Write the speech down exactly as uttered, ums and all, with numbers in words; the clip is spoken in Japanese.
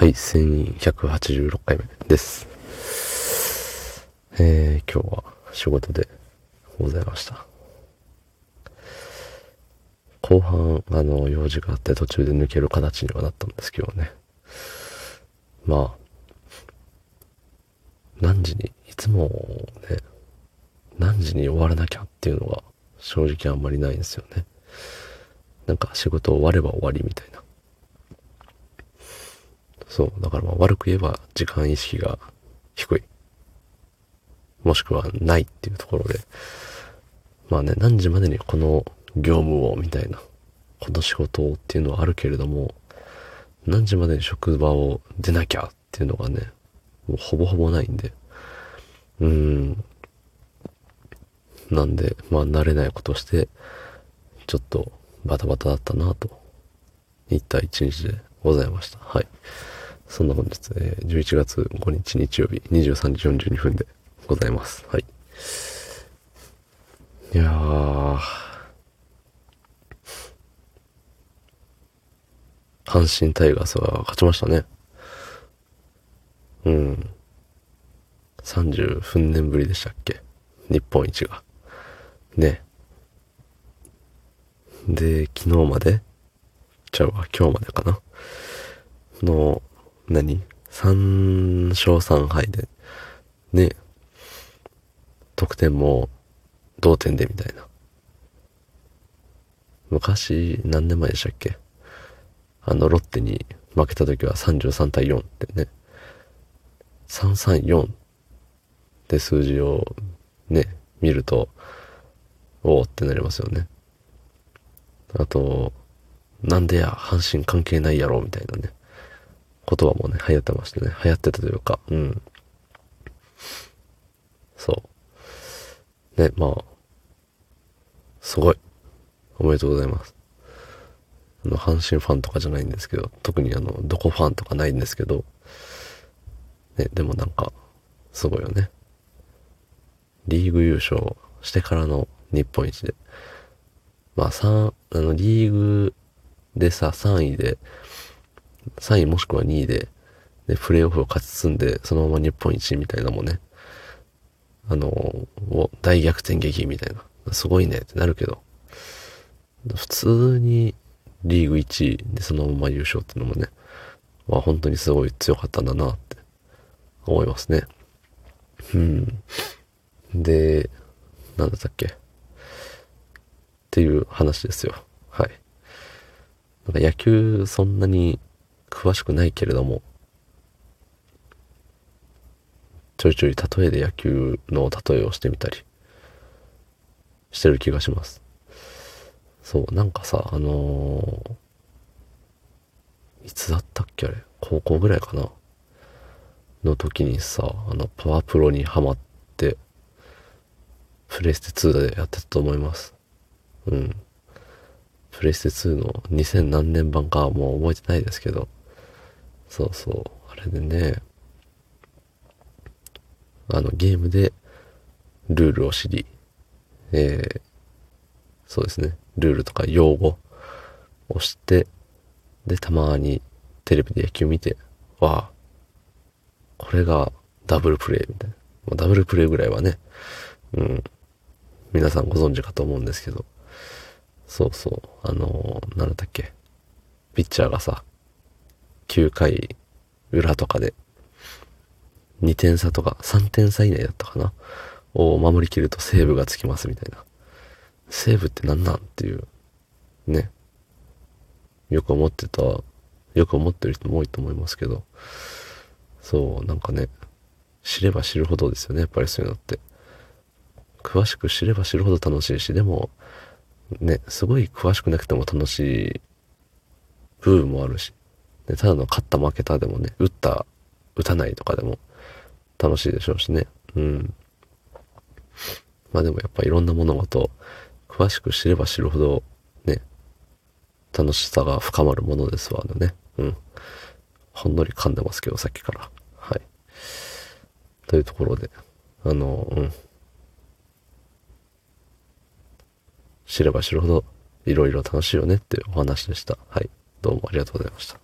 はい、せんひゃくはちじゅうろっかいめです。えー、今日は仕事でございました。後半、あの、用事があって途中で抜ける形にはなったんですけどね。まあ、何時に、いつもね、何時に終わらなきゃっていうのが正直あんまりないんですよね。なんか仕事終われば終わりみたいな。そう、だからまあ悪く言えば時間意識が低い。もしくはないっていうところで、まあね、何時までにこの業務をみたいな、この仕事をっていうのはあるけれども、何時までに職場を出なきゃっていうのがね、もうほぼほぼないんで、うーん、なんで、まあ慣れないことして、ちょっとバタバタだったなと、いった一日でございました。はい。そんな本日、えー、じゅういちがつごにち日曜日にじゅうさんじよんじゅうにふんでございます。はい。いやー、阪神タイガースは勝ちましたね。うん。さんじゅうふんねんぶりでしたっけ、日本一が。ね。で、昨日までちゃうわ、今日までかなの、何 ?さん 勝さん敗で、ね、得点も同点でみたいな。昔、何年前でしたっけ、あの、ロッテに負けた時はさんじゅうさんたいよんってね、さんさんよんって数字をね、見ると、おーってなりますよね。あと、なんでや、阪神関係ないやろ、みたいなね、言葉もね、流行ってましたね。流行ってたというか、うん。そう。ね、まあ、すごい。おめでとうございます。あの、阪神ファンとかじゃないんですけど、特にあの、どこファンとかないんですけど、ね、でもなんか、すごいよね。リーグ優勝してからの日本一で。まあ、三、あの、リーグでさ、さんいで、さんいもしくはにいで、で、プレイオフを勝ち進んで、そのまま日本一みたいなのもね、あの、大逆転劇みたいな。すごいねってなるけど、普通にリーグいちいでそのまま優勝っていうのもね、まあ本当にすごい強かったんだなって思いますね。うん。で、なんだったっけっていう話ですよ。はい。なんか野球そんなに詳しくないけれども、ちょいちょい例えで野球の例えをしてみたりしてる気がします。そう、なんかさ、あのー、いつだったっけあれ、高校ぐらいかなの時にさ、あの、パワープロにハマって、プレイステツーでやってたと思います。うん。プレイステツーのにせん何年版かはもう覚えてないですけど、そうそう、あれでね、あの、ゲームでルールを知り、えー、そうですね、ルールとか用語を知って、で、たまにテレビで野球見て、わあ、これがダブルプレイみたいな。まあダブルプレイぐらいはね、うん、皆さんご存知かと思うんですけど、そうそう、あのー、なんだったっけ、ピッチャーがさ、きゅうかい裏とかでにてん差とかさんてん差以内だったかなを守りきるとセーブがつきますみたいな。セーブってなんなんっていう、ね、よく思ってた、よく思ってる人も多いと思いますけど、そう、なんかね、知れば知るほどですよね、やっぱりそういうのって。詳しく知れば知るほど楽しいし、でも、ね、すごい詳しくなくても楽しい部分もあるし、ね、ただの勝った負けたでもね、打った、打たないとかでも楽しいでしょうしね。うん。まあでもやっぱいろんな物事、詳しく知れば知るほど、ね、楽しさが深まるものですわね。うん。ほんのり噛んでますけど、さっきから。はい。というところで、あの、うん。知れば知るほど、いろいろ楽しいよねっていうお話でした。はい。どうもありがとうございました。